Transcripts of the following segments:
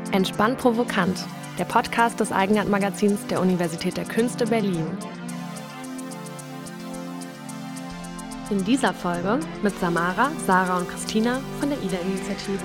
Entspannt Provokant, der Podcast des Eigenart-Magazins der Universität der Künste Berlin. In dieser Folge mit Samara, Sarah und Christina von der IDA-Initiative.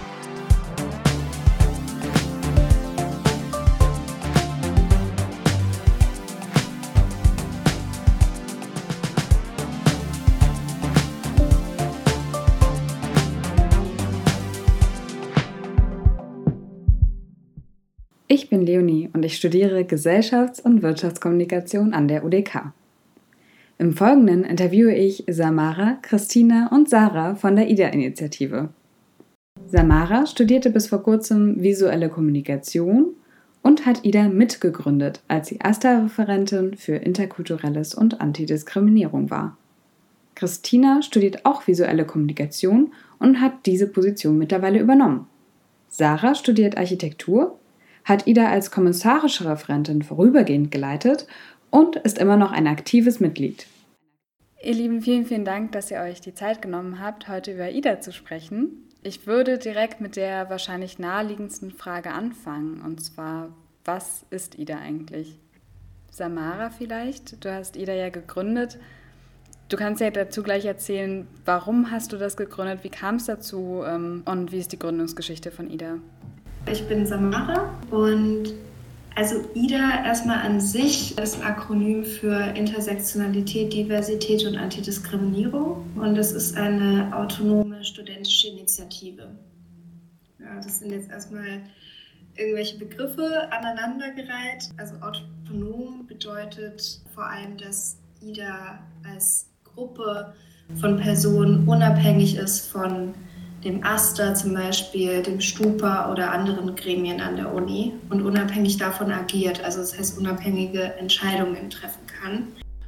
Ich bin Leonie und ich studiere Gesellschafts- und Wirtschaftskommunikation an der UDK. Im Folgenden interviewe ich Samara, Christina und Sarah von der IDA-Initiative. Samara studierte bis vor kurzem visuelle Kommunikation und hat IDA mitgegründet, als sie AStA-Referentin für Interkulturelles und Antidiskriminierung war. Christina studiert auch visuelle Kommunikation und hat diese Position mittlerweile übernommen. Sarah studiert Architektur, hat IDA als kommissarische Referentin vorübergehend geleitet und ist immer noch ein aktives Mitglied. Ihr Lieben, vielen, vielen Dank, dass ihr euch die Zeit genommen habt, heute über IDA zu sprechen. Ich würde direkt mit der wahrscheinlich naheliegendsten Frage anfangen, und zwar, was ist IDA eigentlich? Samara vielleicht, du hast IDA ja gegründet. Du kannst ja dazu gleich erzählen, warum hast du das gegründet, wie kam es dazu und wie ist die Gründungsgeschichte von IDA? Ich bin Samara und also IDA erstmal an sich ist ein Akronym für Intersektionalität, Diversität und Antidiskriminierung und es ist eine autonome studentische Initiative. Ja, das sind jetzt erstmal irgendwelche Begriffe aneinandergereiht. Also autonom bedeutet vor allem, dass IDA als Gruppe von Personen unabhängig ist von dem AStA zum Beispiel, dem Stupa oder anderen Gremien an der Uni und unabhängig davon agiert, also das heißt unabhängige Entscheidungen treffen kann.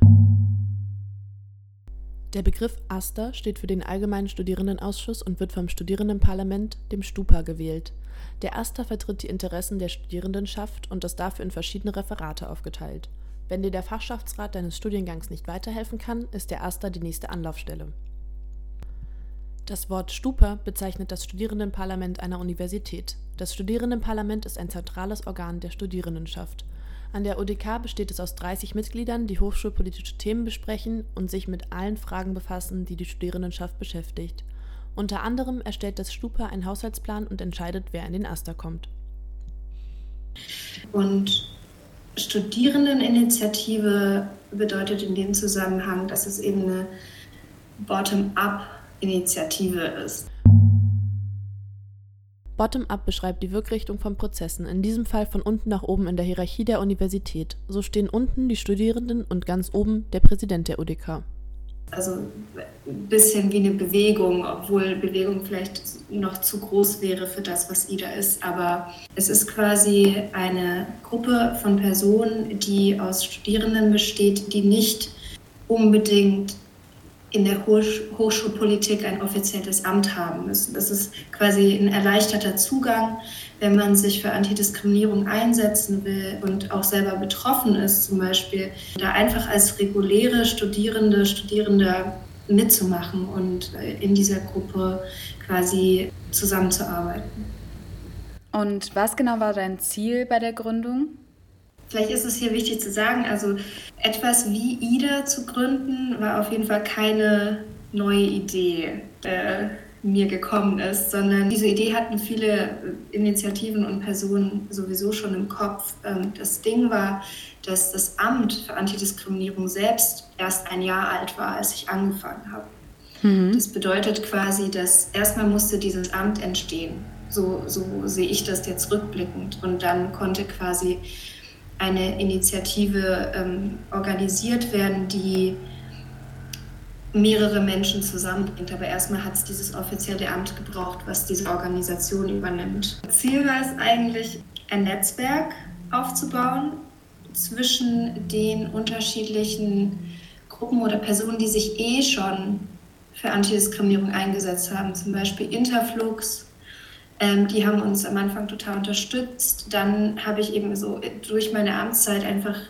Der Begriff AStA steht für den Allgemeinen Studierendenausschuss und wird vom Studierendenparlament, dem Stupa, gewählt. Der AStA vertritt die Interessen der Studierendenschaft und ist dafür in verschiedene Referate aufgeteilt. Wenn dir der Fachschaftsrat deines Studiengangs nicht weiterhelfen kann, ist der AStA die nächste Anlaufstelle. Das Wort Stupa bezeichnet das Studierendenparlament einer Universität. Das Studierendenparlament ist ein zentrales Organ der Studierendenschaft. An der UDK besteht es aus 30 Mitgliedern, die hochschulpolitische Themen besprechen und sich mit allen Fragen befassen, die die Studierendenschaft beschäftigt. Unter anderem erstellt das Stupa einen Haushaltsplan und entscheidet, wer in den AStA kommt. Und Studierendeninitiative bedeutet in dem Zusammenhang, dass es eben eine Bottom-up-Initiative ist. Bottom-up beschreibt die Wirkrichtung von Prozessen, in diesem Fall von unten nach oben in der Hierarchie der Universität. So stehen unten die Studierenden und ganz oben der Präsident der UDK. Also ein bisschen wie eine Bewegung, obwohl Bewegung vielleicht noch zu groß wäre für das, was IDA ist. Aber es ist quasi eine Gruppe von Personen, die aus Studierenden besteht, die nicht unbedingt in der Hochschulpolitik ein offizielles Amt haben müssen. Das ist quasi ein erleichterter Zugang, wenn man sich für Antidiskriminierung einsetzen will und auch selber betroffen ist, zum Beispiel, da einfach als reguläre Studierender mitzumachen und in dieser Gruppe quasi zusammenzuarbeiten. Und was genau war dein Ziel bei der Gründung? Vielleicht ist es hier wichtig zu sagen, also etwas wie IDA zu gründen, war auf jeden Fall keine neue Idee, mir gekommen ist, sondern diese Idee hatten viele Initiativen und Personen sowieso schon im Kopf. Das Ding war, dass das Amt für Antidiskriminierung selbst erst ein Jahr alt war, als ich angefangen habe. Das bedeutet quasi, dass erstmal musste dieses Amt entstehen. So sehe ich das jetzt rückblickend. Und dann konnte quasi eine Initiative organisiert werden, die mehrere Menschen zusammenbringt. Aber erstmal hat es dieses offizielle Amt gebraucht, was diese Organisation übernimmt. Ziel war es eigentlich, ein Netzwerk aufzubauen zwischen den unterschiedlichen Gruppen oder Personen, die sich schon für Antidiskriminierung eingesetzt haben. Zum Beispiel Interflux. Die haben uns am Anfang total unterstützt. Dann habe ich eben so durch meine Amtszeit einfach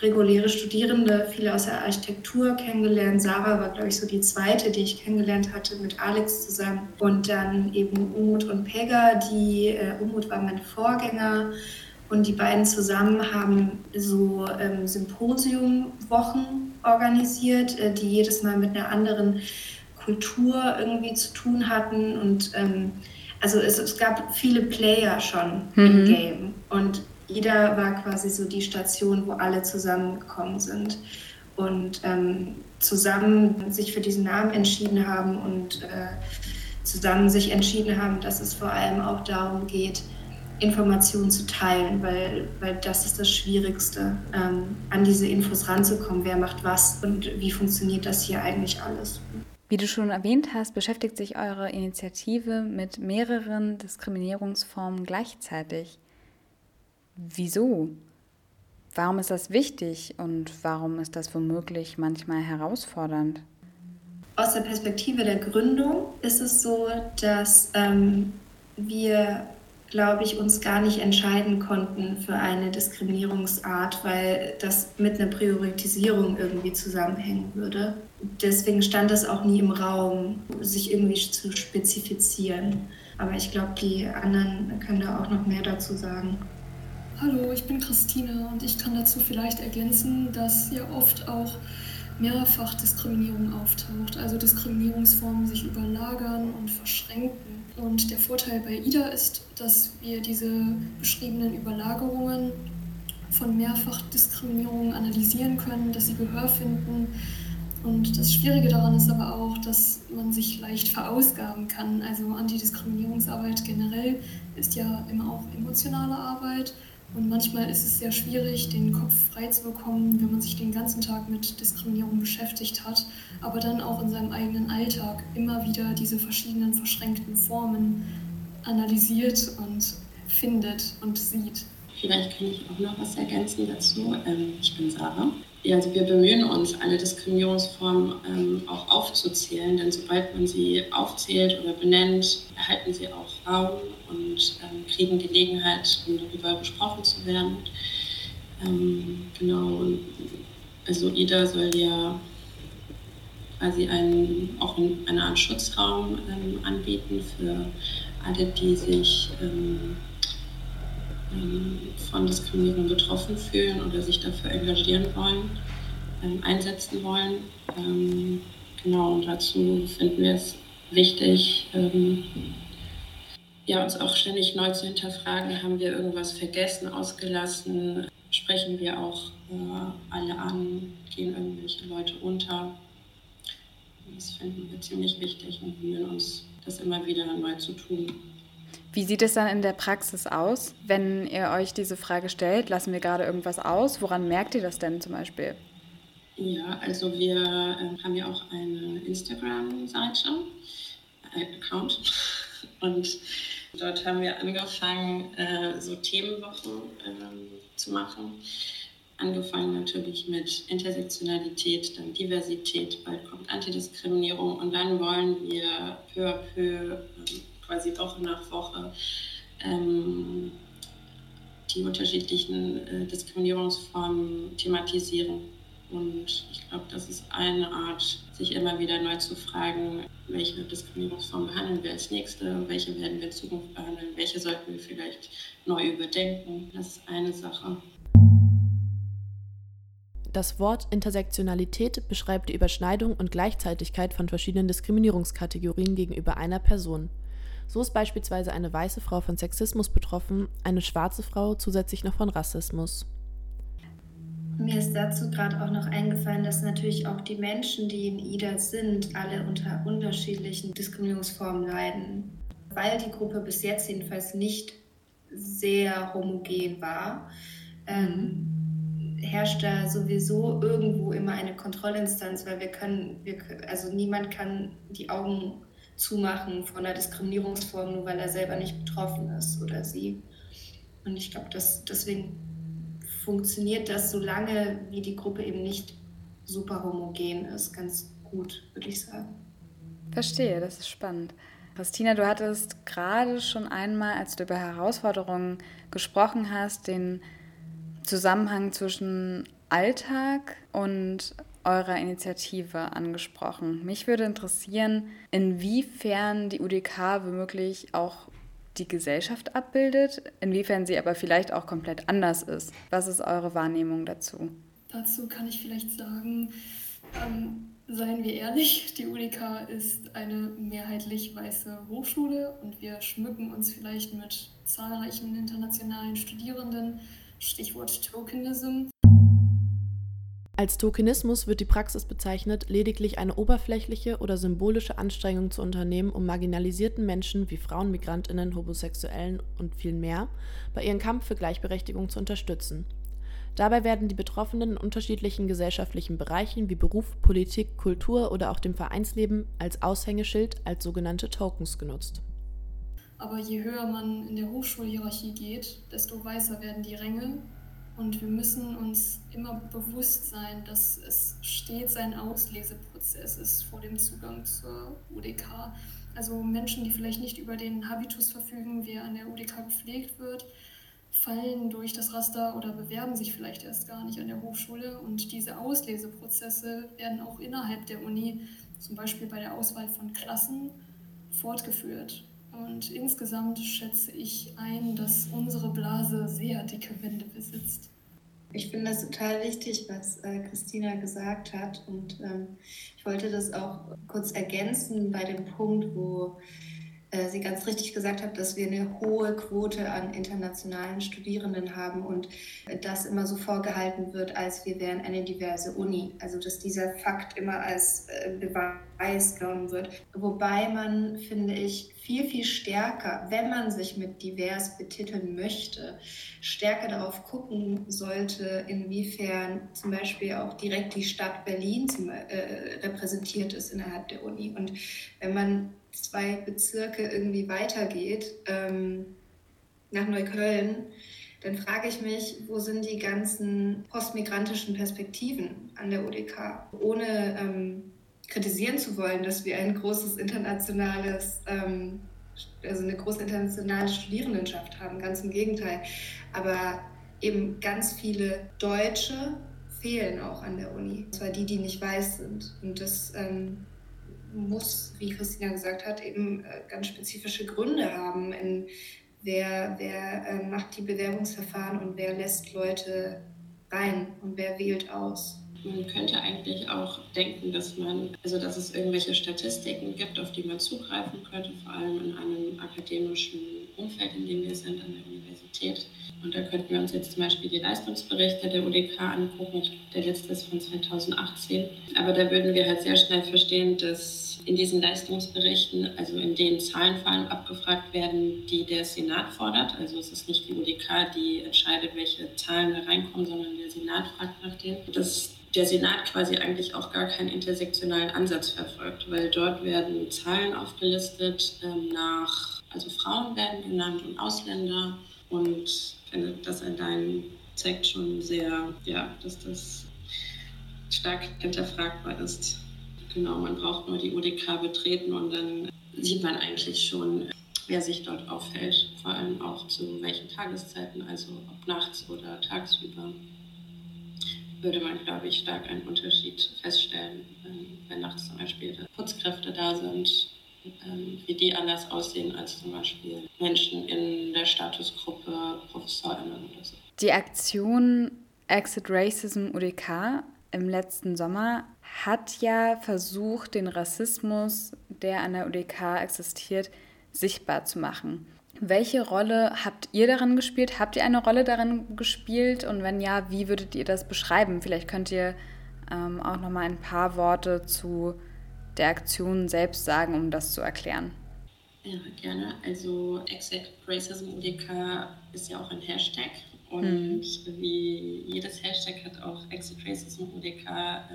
reguläre Studierende, viele aus der Architektur kennengelernt. Sarah war, glaube ich, so die zweite, die ich kennengelernt hatte mit Alex zusammen. Und dann eben Umut und Pegah, Umut war mein Vorgänger. Und die beiden zusammen haben so Symposiumwochen organisiert, die jedes Mal mit einer anderen Kultur irgendwie zu tun hatten. Und also es gab viele Player schon im Game. Und Ida war quasi so die Station, wo alle zusammengekommen sind und zusammen sich für diesen Namen entschieden haben und zusammen sich entschieden haben, dass es vor allem auch darum geht, Informationen zu teilen, weil das ist das Schwierigste, an diese Infos ranzukommen. Wer macht was und wie funktioniert das hier eigentlich alles? Wie du schon erwähnt hast, beschäftigt sich eure Initiative mit mehreren Diskriminierungsformen gleichzeitig. Wieso? Warum ist das wichtig und warum ist das womöglich manchmal herausfordernd? Aus der Perspektive der Gründung ist es so, dass wir, glaube ich, uns gar nicht entscheiden konnten für eine Diskriminierungsart, weil das mit einer Priorisierung irgendwie zusammenhängen würde. Deswegen stand es auch nie im Raum, sich irgendwie zu spezifizieren. Aber ich glaube, die anderen können da auch noch mehr dazu sagen. Hallo, ich bin Christine und ich kann dazu vielleicht ergänzen, dass ja oft auch Mehrfachdiskriminierung auftaucht, also Diskriminierungsformen sich überlagern und verschränken. Und der Vorteil bei Ida ist, dass wir diese beschriebenen Überlagerungen von Mehrfachdiskriminierung analysieren können, dass sie Gehör finden. Und das Schwierige daran ist aber auch, dass man sich leicht verausgaben kann. Also Antidiskriminierungsarbeit generell ist ja immer auch emotionale Arbeit. Und manchmal ist es sehr schwierig, den Kopf frei zu bekommen, wenn man sich den ganzen Tag mit Diskriminierung beschäftigt hat, aber dann auch in seinem eigenen Alltag immer wieder diese verschiedenen verschränkten Formen analysiert und findet und sieht. Vielleicht kann ich auch noch was ergänzen dazu. Ich bin Sarah. Ja, also wir bemühen uns, alle Diskriminierungsformen auch aufzuzählen, denn sobald man sie aufzählt oder benennt, erhalten sie auch Raum und kriegen Gelegenheit, um darüber besprochen zu werden. Genau, also Ida soll ja quasi auch eine Art Schutzraum anbieten für alle, die sich von Diskriminierung betroffen fühlen oder sich dafür engagieren wollen, einsetzen wollen. Genau, und dazu finden wir es wichtig, uns auch ständig neu zu hinterfragen, haben wir irgendwas vergessen, ausgelassen, sprechen wir auch alle an, gehen irgendwelche Leute unter. Das finden wir ziemlich wichtig und bemühen uns, das immer wieder neu zu tun. Wie sieht es dann in der Praxis aus, wenn ihr euch diese Frage stellt? Lassen wir gerade irgendwas aus? Woran merkt ihr das denn zum Beispiel? Ja, also wir haben ja auch eine Instagram-Seite, Account, und dort haben wir angefangen, so Themenwochen zu machen. Angefangen natürlich mit Intersektionalität, dann Diversität, bald kommt Antidiskriminierung und dann wollen wir peu à peu quasi Woche nach Woche die unterschiedlichen Diskriminierungsformen thematisieren. Und ich glaube, das ist eine Art, sich immer wieder neu zu fragen, welche Diskriminierungsform behandeln wir als nächste, welche werden wir in Zukunft behandeln, welche sollten wir vielleicht neu überdenken. Das ist eine Sache. Das Wort Intersektionalität beschreibt die Überschneidung und Gleichzeitigkeit von verschiedenen Diskriminierungskategorien gegenüber einer Person. So ist beispielsweise eine weiße Frau von Sexismus betroffen, eine schwarze Frau zusätzlich noch von Rassismus. Mir ist dazu gerade auch noch eingefallen, dass natürlich auch die Menschen, die in Ida sind, alle unter unterschiedlichen Diskriminierungsformen leiden. Weil die Gruppe bis jetzt jedenfalls nicht sehr homogen war, herrscht da sowieso irgendwo immer eine Kontrollinstanz, weil niemand kann die Augen zumachen von einer Diskriminierungsform, nur weil er selber nicht betroffen ist oder sie. Und ich glaube, deswegen funktioniert das, solange wie die Gruppe eben nicht super homogen ist, ganz gut, würde ich sagen. Verstehe, das ist spannend. Christina, du hattest gerade schon einmal, als du über Herausforderungen gesprochen hast, den Zusammenhang zwischen Alltag und eurer Initiative angesprochen. Mich würde interessieren, inwiefern die UDK womöglich auch die Gesellschaft abbildet, inwiefern sie aber vielleicht auch komplett anders ist. Was ist eure Wahrnehmung dazu? Dazu kann ich vielleicht sagen, seien wir ehrlich, die UDK ist eine mehrheitlich weiße Hochschule und wir schmücken uns vielleicht mit zahlreichen internationalen Studierenden, Stichwort Tokenism. Als Tokenismus wird die Praxis bezeichnet, lediglich eine oberflächliche oder symbolische Anstrengung zu unternehmen, um marginalisierten Menschen wie Frauen, MigrantInnen, Homosexuellen und viel mehr bei ihrem Kampf für Gleichberechtigung zu unterstützen. Dabei werden die Betroffenen in unterschiedlichen gesellschaftlichen Bereichen wie Beruf, Politik, Kultur oder auch dem Vereinsleben als Aushängeschild, als sogenannte Tokens genutzt. Aber je höher man in der Hochschulhierarchie geht, desto weißer werden die Ränge. Und wir müssen uns immer bewusst sein, dass es stets ein Ausleseprozess ist vor dem Zugang zur UDK. Also Menschen, die vielleicht nicht über den Habitus verfügen, wie er an der UDK gepflegt wird, fallen durch das Raster oder bewerben sich vielleicht erst gar nicht an der Hochschule. Und diese Ausleseprozesse werden auch innerhalb der Uni, zum Beispiel bei der Auswahl von Klassen, fortgeführt. Und insgesamt schätze ich ein, dass unsere Blase sehr dicke Wände besitzt. Ich finde das total wichtig, was Christina gesagt hat. Und ich wollte das auch kurz ergänzen bei dem Punkt, wo sie ganz richtig gesagt hat, dass wir eine hohe Quote an internationalen Studierenden haben und das immer so vorgehalten wird, als wir wären eine diverse Uni. Also dass dieser Fakt immer als Beweis genommen wird. Wobei man, finde ich, viel, viel stärker, wenn man sich mit divers betiteln möchte, stärker darauf gucken sollte, inwiefern zum Beispiel auch direkt die Stadt Berlin repräsentiert ist innerhalb der Uni. Und wenn man 2 Bezirke irgendwie weitergeht, nach Neukölln, dann frage ich mich, wo sind die ganzen postmigrantischen Perspektiven an der UDK? Ohne kritisieren zu wollen, dass wir ein großes internationales, also eine große internationale Studierendenschaft haben, ganz im Gegenteil. Aber eben ganz viele Deutsche fehlen auch an der Uni. Und zwar die, die nicht weiß sind. Und das muss, wie Christina gesagt hat, eben ganz spezifische Gründe haben, in wer macht die Bewerbungsverfahren und wer lässt Leute rein und wer wählt aus. Man könnte eigentlich auch denken, dass es irgendwelche Statistiken gibt, auf die man zugreifen könnte, vor allem in einem akademischen Umfeld, in dem wir sind, an der Universität. Und da könnten wir uns jetzt zum Beispiel die Leistungsberichte der UDK angucken. Ich glaube, der letzte ist von 2018. Aber da würden wir halt sehr schnell verstehen, dass in diesen Leistungsberichten, also in denen Zahlen vor allem abgefragt werden, die der Senat fordert. Also es ist nicht die UDK, die entscheidet, welche Zahlen da reinkommen, sondern der Senat fragt nach denen. Dass der Senat quasi eigentlich auch gar keinen intersektionalen Ansatz verfolgt, weil dort werden Zahlen aufgelistet also Frauen werden genannt und Ausländer. Und ich finde, das allein zeigt schon sehr, dass das stark hinterfragbar ist. Genau, man braucht nur die UDK betreten und dann sieht man eigentlich schon, wer sich dort aufhält. Vor allem auch zu welchen Tageszeiten, also ob nachts oder tagsüber. Würde man, glaube ich, stark einen Unterschied feststellen, wenn nachts zum Beispiel Putzkräfte da sind, wie die anders aussehen als zum Beispiel Menschen in der Statusgruppe ProfessorInnen oder so. Die Aktion Exit Racism UDK im letzten Sommer hat ja versucht, den Rassismus, der an der UDK existiert, sichtbar zu machen. Welche Rolle habt ihr darin gespielt? Habt ihr eine Rolle darin gespielt? Und wenn ja, wie würdet ihr das beschreiben? Vielleicht könnt ihr auch noch mal ein paar Worte zu der Aktion selbst sagen, um das zu erklären. Ja, gerne. Also Exit Racism UDK ist ja auch ein Hashtag. Und wie jedes Hashtag hat auch Exit Racism UDK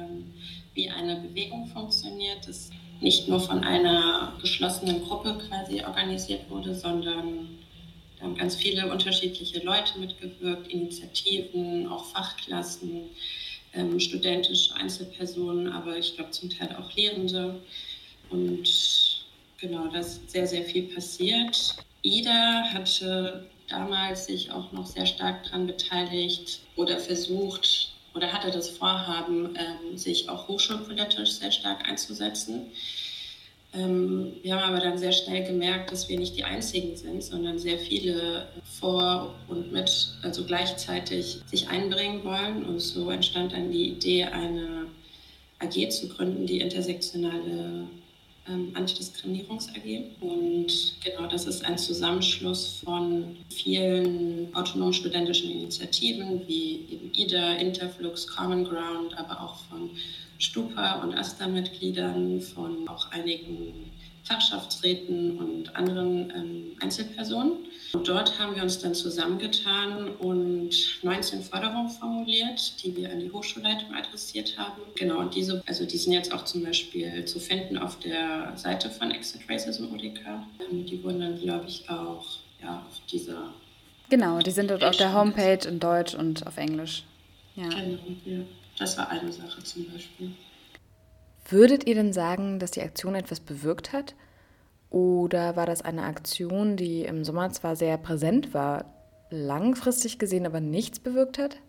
wie eine Bewegung funktioniert, das nicht nur von einer geschlossenen Gruppe quasi organisiert wurde, sondern da haben ganz viele unterschiedliche Leute mitgewirkt, Initiativen, auch Fachklassen, studentische Einzelpersonen, aber ich glaube zum Teil auch Lehrende. Und genau, da ist sehr, sehr viel passiert. Ida hatte damals sich auch noch sehr stark daran beteiligt oder versucht, oder hatte das Vorhaben, sich auch hochschulpolitisch sehr stark einzusetzen. Wir haben aber dann sehr schnell gemerkt, dass wir nicht die Einzigen sind, sondern sehr viele vor und mit, also gleichzeitig sich einbringen wollen. Und so entstand dann die Idee, eine AG zu gründen, die intersektionale Antidiskriminierungs-AG. Und genau, das ist ein Zusammenschluss von vielen autonomen studentischen Initiativen wie eben IDA, Interflux, Common Ground, aber auch von Stupa- und AStA-Mitgliedern, von auch einigen Fachschaftsräten und anderen Einzelpersonen. Und dort haben wir uns dann zusammengetan und 19 Forderungen formuliert, die wir an die Hochschulleitung adressiert haben. Genau, und die sind jetzt auch zum Beispiel zu finden auf der Seite von Exit Racism UDK. Die wurden dann, glaube ich, auch auf dieser... Genau, die sind dort auf der Homepage in Deutsch und auf Englisch. Ja. Genau, ja. Das war eine Sache zum Beispiel. Würdet ihr denn sagen, dass die Aktion etwas bewirkt hat? Oder war das eine Aktion, die im Sommer zwar sehr präsent war, langfristig gesehen aber nichts bewirkt hat?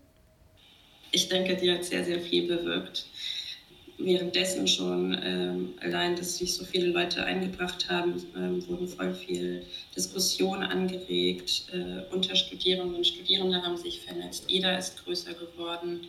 Ich denke, die hat sehr, sehr viel bewirkt. Währenddessen schon allein, dass sich so viele Leute eingebracht haben, wurden voll viel Diskussionen angeregt. Unter Studierenden und Studierende haben sich vernetzt. IDA ist größer geworden.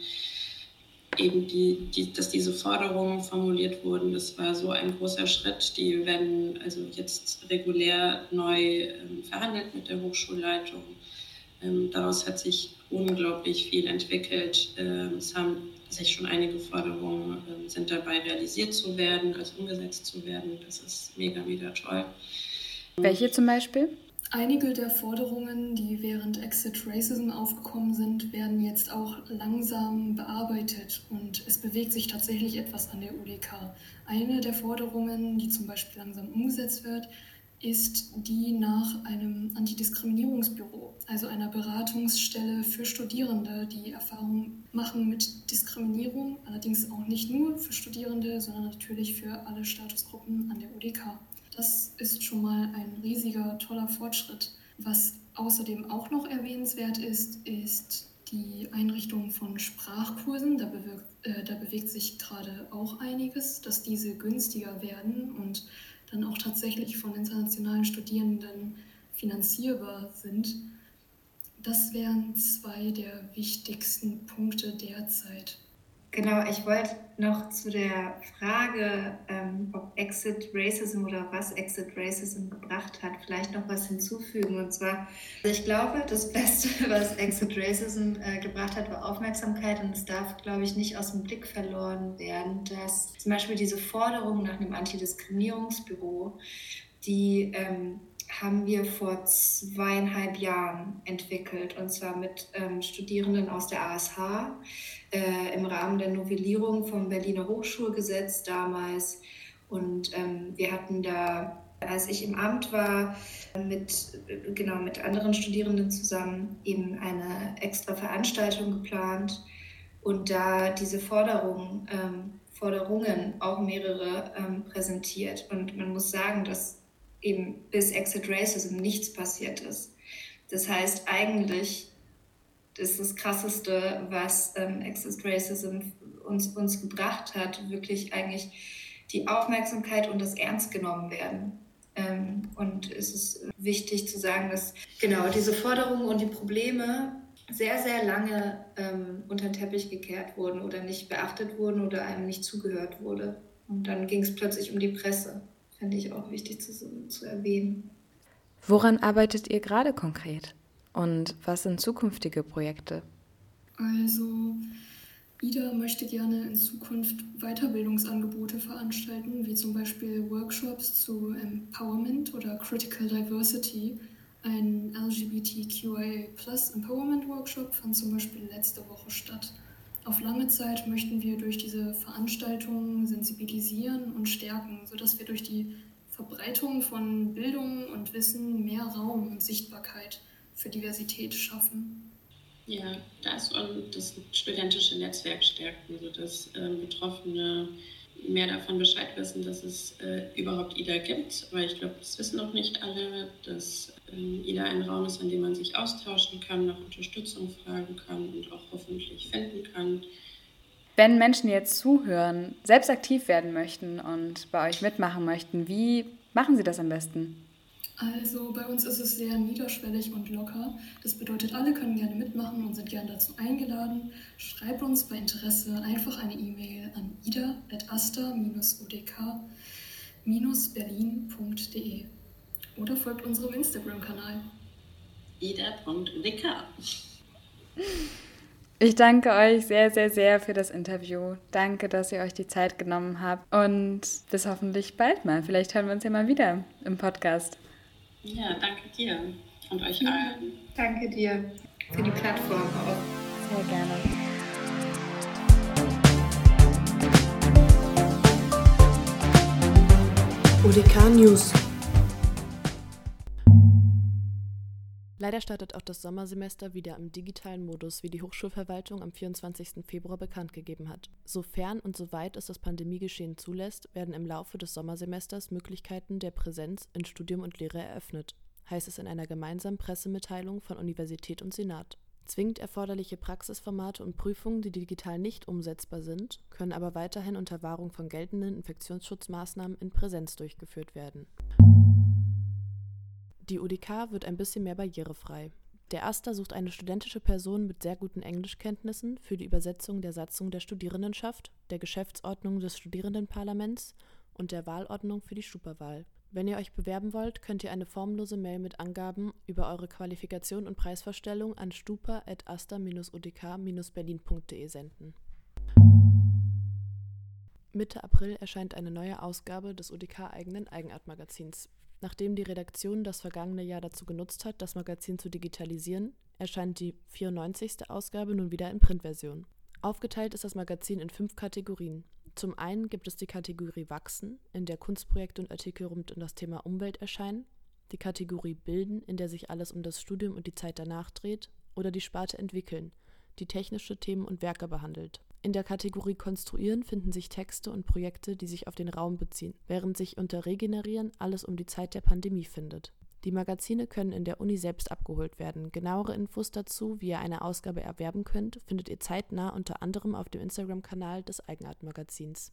Eben dass diese Forderungen formuliert wurden, das war so ein großer Schritt. Die werden also jetzt regulär neu verhandelt mit der Hochschulleitung. Daraus hat sich unglaublich viel entwickelt. Es haben sich schon einige Forderungen sind dabei, realisiert zu werden, also umgesetzt zu werden. Das ist mega, mega toll. Welche zum Beispiel? Einige der Forderungen, die während Exit Racism aufgekommen sind, werden jetzt auch langsam bearbeitet und es bewegt sich tatsächlich etwas an der UDK. Eine der Forderungen, die zum Beispiel langsam umgesetzt wird, ist die nach einem Antidiskriminierungsbüro, also einer Beratungsstelle für Studierende, die Erfahrungen machen mit Diskriminierung, allerdings auch nicht nur für Studierende, sondern natürlich für alle Statusgruppen an der UDK. Das ist schon mal ein riesiger, toller Fortschritt. Was außerdem auch noch erwähnenswert ist die Einrichtung von Sprachkursen. Da bewegt sich gerade auch einiges, dass diese günstiger werden und dann auch tatsächlich von internationalen Studierenden finanzierbar sind. Das wären zwei der wichtigsten Punkte derzeit. Genau, ich wollte noch zu der Frage, ob Exit Racism oder was Exit Racism gebracht hat, vielleicht noch was hinzufügen. Und zwar, ich glaube, das Beste, was Exit Racism gebracht hat, war Aufmerksamkeit. Und es darf, glaube ich, nicht aus dem Blick verloren werden, dass zum Beispiel diese Forderung nach einem Antidiskriminierungsbüro, die haben wir vor 2,5 Jahren entwickelt, und zwar mit Studierenden aus der ASH im Rahmen der Novellierung vom Berliner Hochschulgesetz damals. Und wir hatten da, als ich im Amt war, mit anderen Studierenden zusammen eben eine extra Veranstaltung geplant und da diese Forderungen, auch mehrere präsentiert. Und man muss sagen, dass eben bis Exit Racism nichts passiert ist. Das heißt, eigentlich ist das Krasseste, was Exit Racism uns gebracht hat, wirklich eigentlich die Aufmerksamkeit und das Ernst genommen werden. Und es ist wichtig zu sagen, dass genau diese Forderungen und die Probleme sehr, sehr lange unter den Teppich gekehrt wurden oder nicht beachtet wurden oder einem nicht zugehört wurde. Und dann ging es plötzlich um die Presse. Finde ich auch wichtig zu erwähnen. Woran arbeitet ihr gerade konkret? Und was sind zukünftige Projekte? Also, IDA möchte gerne in Zukunft Weiterbildungsangebote veranstalten, wie zum Beispiel Workshops zu Empowerment oder Critical Diversity. Ein LGBTQIA+ Empowerment Workshop fand zum Beispiel letzte Woche statt. Auf lange Zeit möchten wir durch diese Veranstaltungen sensibilisieren und stärken, sodass wir durch die Verbreitung von Bildung und Wissen mehr Raum und Sichtbarkeit für Diversität schaffen. Ja, das und das studentische Netzwerk stärken, sodass Betroffene mehr davon Bescheid wissen, dass es überhaupt IDA gibt. Weil ich glaube, das wissen noch nicht alle, dass IDA ein Raum ist, an dem man sich austauschen kann, nach Unterstützung fragen kann und auch hoffentlich finden kann. Wenn Menschen jetzt zuhören, selbst aktiv werden möchten und bei euch mitmachen möchten, wie machen sie das am besten? Also bei uns ist es sehr niederschwellig und locker. Das bedeutet, alle können gerne mitmachen und sind gerne dazu eingeladen. Schreibt uns bei Interesse einfach eine E-Mail an ida@asta-udk-berlin.de oder folgt unserem Instagram-Kanal. ida.udk. Ich danke euch sehr, sehr, sehr für das Interview. Danke, dass ihr euch die Zeit genommen habt und bis hoffentlich bald mal. Vielleicht hören wir uns ja mal wieder im Podcast. Ja, danke dir und euch allen. Danke dir für die Plattform auch. Sehr gerne. UDK News. Leider startet auch das Sommersemester wieder im digitalen Modus, wie die Hochschulverwaltung am 24. Februar bekannt gegeben hat. Sofern und soweit es das Pandemiegeschehen zulässt, werden im Laufe des Sommersemesters Möglichkeiten der Präsenz in Studium und Lehre eröffnet, heißt es in einer gemeinsamen Pressemitteilung von Universität und Senat. Zwingend erforderliche Praxisformate und Prüfungen, die digital nicht umsetzbar sind, können aber weiterhin unter Wahrung von geltenden Infektionsschutzmaßnahmen in Präsenz durchgeführt werden. Die UDK wird ein bisschen mehr barrierefrei. Der AStA sucht eine studentische Person mit sehr guten Englischkenntnissen für die Übersetzung der Satzung der Studierendenschaft, der Geschäftsordnung des Studierendenparlaments und der Wahlordnung für die Stupa-Wahl. Wenn ihr euch bewerben wollt, könnt ihr eine formlose Mail mit Angaben über eure Qualifikation und Preisvorstellung an stupa@asta-udk-berlin.de senden. Mitte April erscheint eine neue Ausgabe des UDK-eigenen Eigenart-Magazins. Nachdem die Redaktion das vergangene Jahr dazu genutzt hat, das Magazin zu digitalisieren, erscheint die 94. Ausgabe nun wieder in Printversion. Aufgeteilt ist das Magazin in 5 Kategorien. Zum einen gibt es die Kategorie Wachsen, in der Kunstprojekte und Artikel rund um das Thema Umwelt erscheinen, die Kategorie Bilden, in der sich alles um das Studium und die Zeit danach dreht, oder die Sparte Entwickeln, die technische Themen und Werke behandelt. In der Kategorie Konstruieren finden sich Texte und Projekte, die sich auf den Raum beziehen, während sich unter Regenerieren alles um die Zeit der Pandemie findet. Die Magazine können in der Uni selbst abgeholt werden. Genauere Infos dazu, wie ihr eine Ausgabe erwerben könnt, findet ihr zeitnah unter anderem auf dem Instagram-Kanal des Eigenart-Magazins.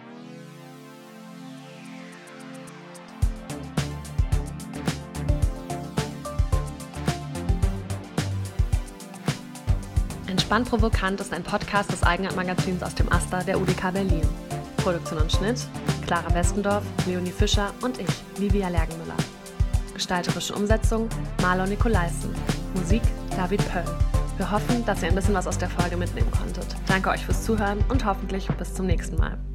Entspannt Provokant ist ein Podcast des Eigenart-Magazins aus dem AStA der UDK Berlin. Produktion und Schnitt: Clara Westendorf, Leonie Fischer und ich, Livia Lergenmüller. Gestalterische Umsetzung: Marlon Nikolaissen. Musik: David Pöll. Wir hoffen, dass ihr ein bisschen was aus der Folge mitnehmen konntet. Danke euch fürs Zuhören und hoffentlich bis zum nächsten Mal.